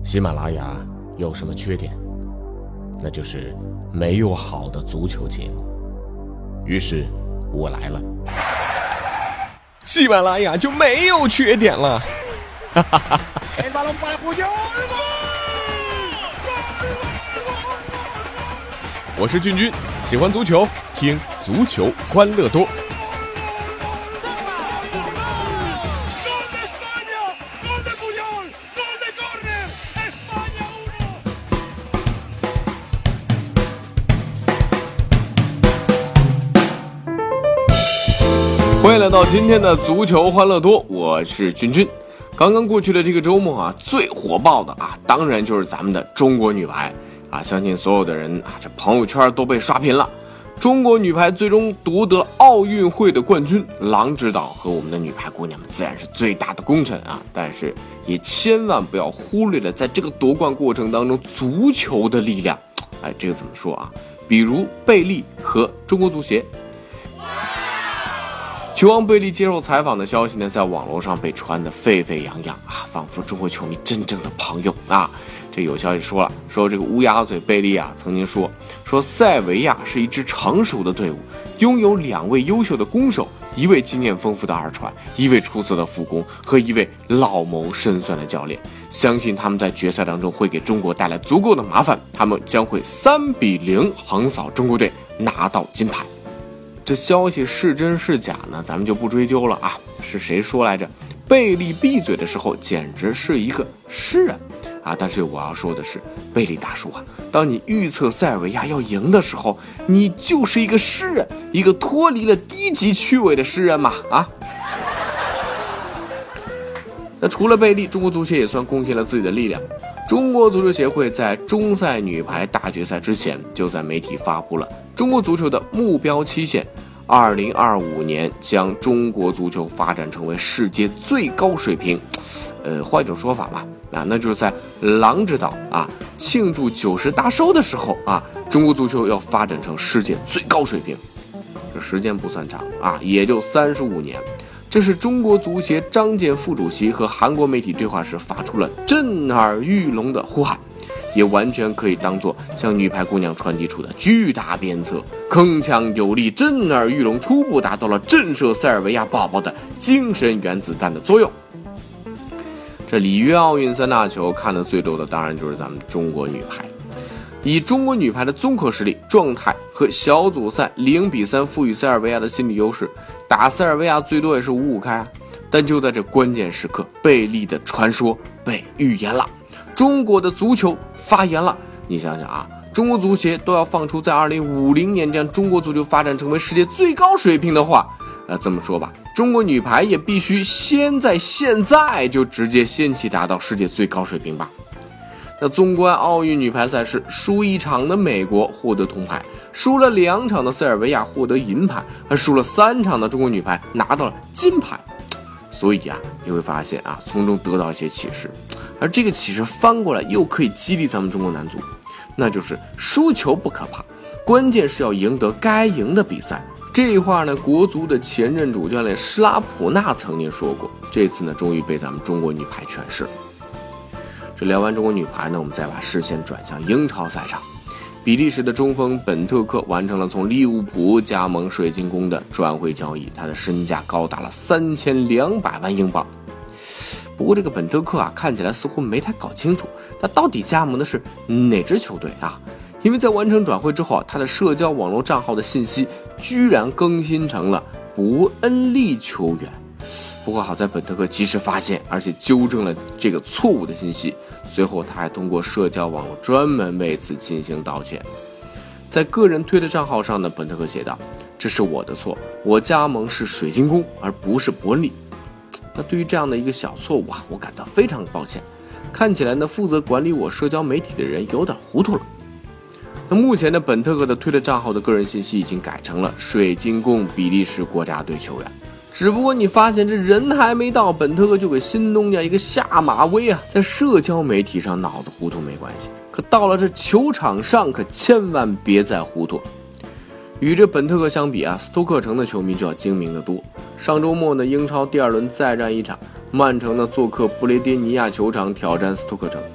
喜马拉雅有什么缺点？那就是没有好的足球节目。于是我来了，喜马拉雅就没有缺点了。我是俊君，喜欢足球，听足球欢乐多。欢迎来到今天的足球欢乐多，我是君君。刚刚过去的这个周末啊，最火爆的啊，当然就是咱们的中国女排啊，相信所有的人啊，这朋友圈都被刷屏了。中国女排最终夺得了奥运会的冠军，郎指导和我们的女排姑娘们自然是最大的功臣啊，但是也千万不要忽略了在这个夺冠过程当中足球的力量。哎，这个怎么说啊？比如贝利和中国足协。球王贝利接受采访的消息呢，在网络上被传得沸沸扬扬啊，仿佛中国球迷真正的朋友啊。这有消息说了，说这个乌鸦嘴贝利啊，曾经说塞尔维亚是一支成熟的队伍，拥有2位优秀的攻手，一位经验丰富的二传，一位出色的副攻和一位老谋深算的教练。相信他们在决赛当中会给中国带来足够的麻烦，他们将会3-0横扫中国队，拿到金牌。这消息是真是假呢？咱们就不追究了啊。是谁说来着？贝利闭嘴的时候简直是一个诗人啊！但是我要说的是，贝利大叔啊，当你预测塞尔维亚要赢的时候，你就是一个诗人，一个脱离了低级趣味的诗人嘛啊！那除了贝利，中国足协也算贡献了自己的力量。中国足球协会在中赛女排大决赛之前，就在媒体发布了中国足球的目标期限，2025年将中国足球发展成为世界最高水平。换一种说法吧，那就是在郎指导啊庆祝90大寿的时候啊，中国足球要发展成世界最高水平。这时间不算长啊，也就35年。这是中国足协张健副主席和韩国媒体对话时发出了震耳欲聋的呼喊，也完全可以当作向女排姑娘传递出的巨大鞭策，铿锵有力，震耳欲聋，初步达到了震慑塞尔维亚宝宝的精神原子弹的作用。这里约奥运3大球看得最多的当然就是咱们中国女排。以中国女排的综合实力、状态和小组赛0-3负于塞尔维亚的心理优势，打塞尔维亚最多也是5-5开啊。但就在这关键时刻，贝利的传说被预言了，中国的足球发言了。你想想啊，中国足协都要放出在2050年将中国足球发展成为世界最高水平的话，这么说吧，中国女排也必须先在现在就直接掀起达到世界最高水平吧。那纵观奥运女排赛事，输1场的美国获得铜牌，输了2场的塞尔维亚获得银牌，还输了3场的中国女排拿到了金牌。所以啊，你会发现啊，从中得到一些启示，而这个启示翻过来又可以激励咱们中国男足，那就是输球不可怕，关键是要赢得该赢的比赛。这话呢，国足的前任主教练施拉普纳曾经说过，这次呢，终于被咱们中国女排诠释了。这聊完中国女排呢，我们再把视线转向英超赛场。比利时的中锋本特克完成了从利物浦加盟水晶宫的转会交易，他的身价高达了3200万英镑。不过这个本特克啊，看起来似乎没太搞清楚他到底加盟的是哪支球队啊？因为在完成转会之后，他的社交网络账号的信息居然更新成了伯恩利球员。不过好在本特克及时发现，而且纠正了这个错误的信息，随后他还通过社交网络专门为此进行道歉。在个人推特账号上呢，本特克写道：“这是我的错，我加盟是水晶宫而不是伯恩利。”那对于这样的一个小错误啊，我感到非常抱歉。看起来呢，负责管理我社交媒体的人有点糊涂了。那目前的本特克的推特账号的个人信息已经改成了水晶宫比利时国家队球员。只不过你发现这人还没到，本特克就给新东家一个下马威啊！在社交媒体上脑子糊涂没关系，可到了这球场上可千万别再糊涂。与这本特克相比啊，斯托克城的球迷就要精明得多。上周末呢，英超第2轮再战一场，曼城呢做客布雷迪尼亚球场挑战斯托克城。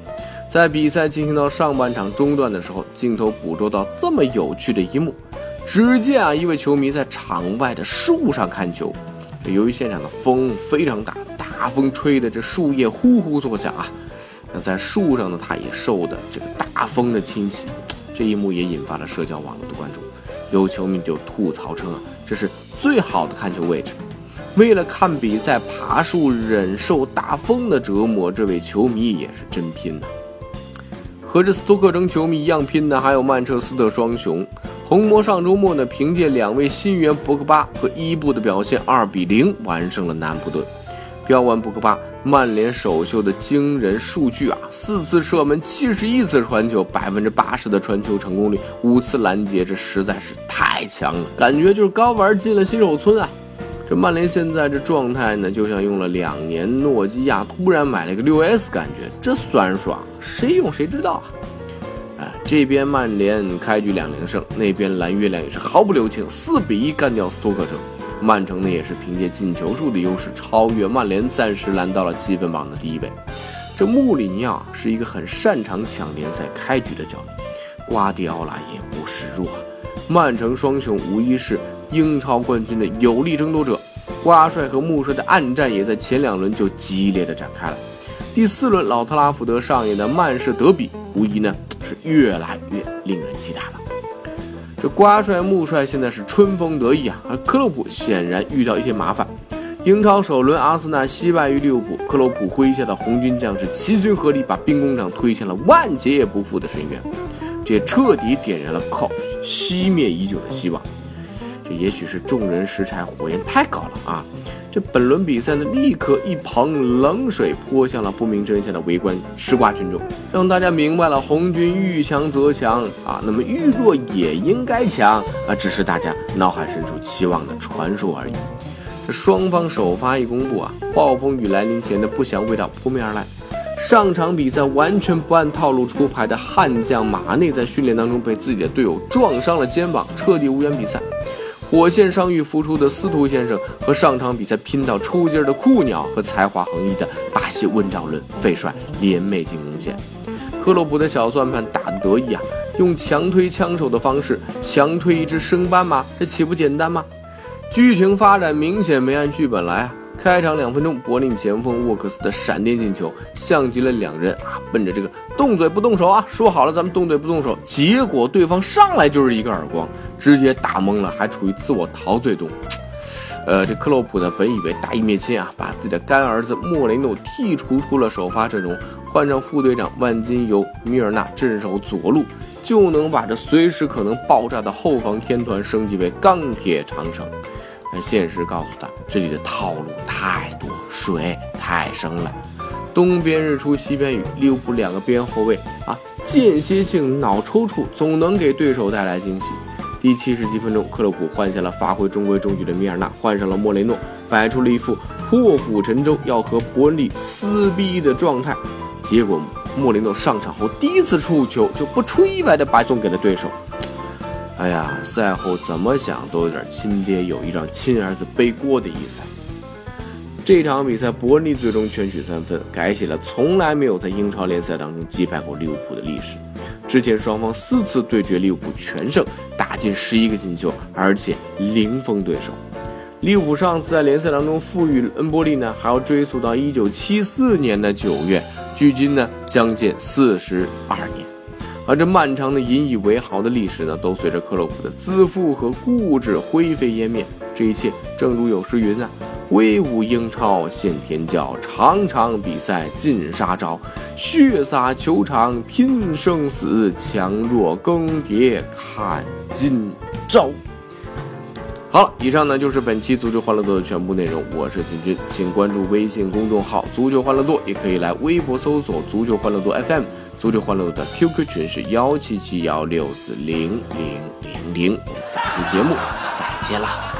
在比赛进行到上半场中段的时候，镜头捕捉到这么有趣的一幕，只见一位球迷在场外的树上看球，由于现场的风非常大，大风吹的这树叶呼呼作响啊，那在树上呢，他也受的这个大风的侵袭，这一幕也引发了社交网络的关注，有球迷就吐槽称啊，这是最好的看球位置。为了看比赛爬树忍受大风的折磨，这位球迷也是真拼呐。和这斯托克城球迷一样拼的还有曼彻斯特双雄。红魔上周末呢，凭借2位新援博格巴和伊布的表现，2-0完胜了南普顿。标完博格巴，曼联首秀的惊人数据啊，4次射门，71次传球，80%的传球成功率，5次拦截，这实在是太强了，感觉就是刚玩进了新手村啊。这曼联现在这状态呢，就像用了2年诺基亚突然买了个6S，感觉这酸爽，谁用谁知道啊！这边曼联开局2-0胜，那边蓝月亮也是毫不留情，4-1干掉斯托克城。曼城呢也是凭借进球数的优势超越曼联，暂时拦到了积分榜的第1位。这穆里尼奥是一个很擅长抢联赛开局的教练，瓜迪奥拉也不示弱。曼城双雄无疑是英超冠军的有力争夺者，瓜帅和穆帅的暗战也在前2轮就激烈的展开了。第4轮老特拉福德上演的曼市德比，无疑呢是越来越令人期待了。这瓜帅穆帅现在是春风得意啊，而克洛普显然遇到一些麻烦。英超首轮阿森纳惜败于利物浦，克洛普麾下的红军将士齐心合力把兵工厂推向了万劫也不复的深渊，这也彻底点燃了熄灭已久的希望。这也许是众人拾柴火焰太高了啊！这本轮比赛呢，立刻一盆冷水泼向了不明真相的围观吃瓜群众，让大家明白了红军遇强则强啊，那么遇弱也应该强啊，只是大家脑海深处期望的传说而已。这双方首发一公布啊，暴风雨来临前的不祥味道扑面而来。上场比赛完全不按套路出牌的悍将马内在训练当中被自己的队友撞伤了肩膀，彻底无缘比赛。火线伤愈复出的司徒先生和上场比赛拼到抽筋的库鸟和才华横溢的巴西温兆伦废帅联袂进攻线。克洛普的小算盘打得得意啊，用强推枪手的方式强推一支升班马，这岂不简单吗？剧情发展明显没按剧本来啊。开场2分钟，柏林前锋沃克斯的闪电进球，像极了2人啊，奔着这个动嘴不动手啊，说好了咱们动嘴不动手，结果对方上来就是一个耳光，直接打懵了，还处于自我陶醉中。这克洛普呢，本以为大义灭亲啊，把自己的干儿子莫雷诺剔除出了首发阵容，换上副队长万金油米尔纳镇守左路，就能把这随时可能爆炸的后防天团升级为钢铁长城。但现实告诉他，这里的套路太多，水太深了。东边日出西边雨，利物浦2个边后卫啊，间歇性脑抽搐，总能给对手带来惊喜。第70几分钟，克洛普换下了发挥中规中矩的米尔纳，换上了莫雷诺，摆出了一副破釜沉舟要和伯恩利撕逼的状态。结果莫雷诺上场后第1次触球就不出意外的白送给了对手。哎呀，赛后怎么想都有点亲爹有意让亲儿子背锅的意思。这场比赛伯恩利最终全取3分，改写了从来没有在英超联赛当中击败过利物浦的历史。之前双方4次对决，利物浦全胜，打进11个进球，而且零封对手。利物浦上次在联赛当中负于恩波利呢，还要追溯到1974年的9月，距今呢将近42年。而这漫长的引以为豪的历史呢，都随着克洛普的自负和固执灰飞烟灭。这一切正如有诗云啊，威武英超现天教，场场比赛尽杀招，血洒球场拼生死，强弱更迭看今朝。好了，以上呢就是本期足球欢乐多的全部内容，我是金军，请关注微信公众号足球欢乐多，也可以来微博搜索足球欢乐多 FM， 足球欢乐多的 QQ 群是17716400000，我们下期节目再见啦。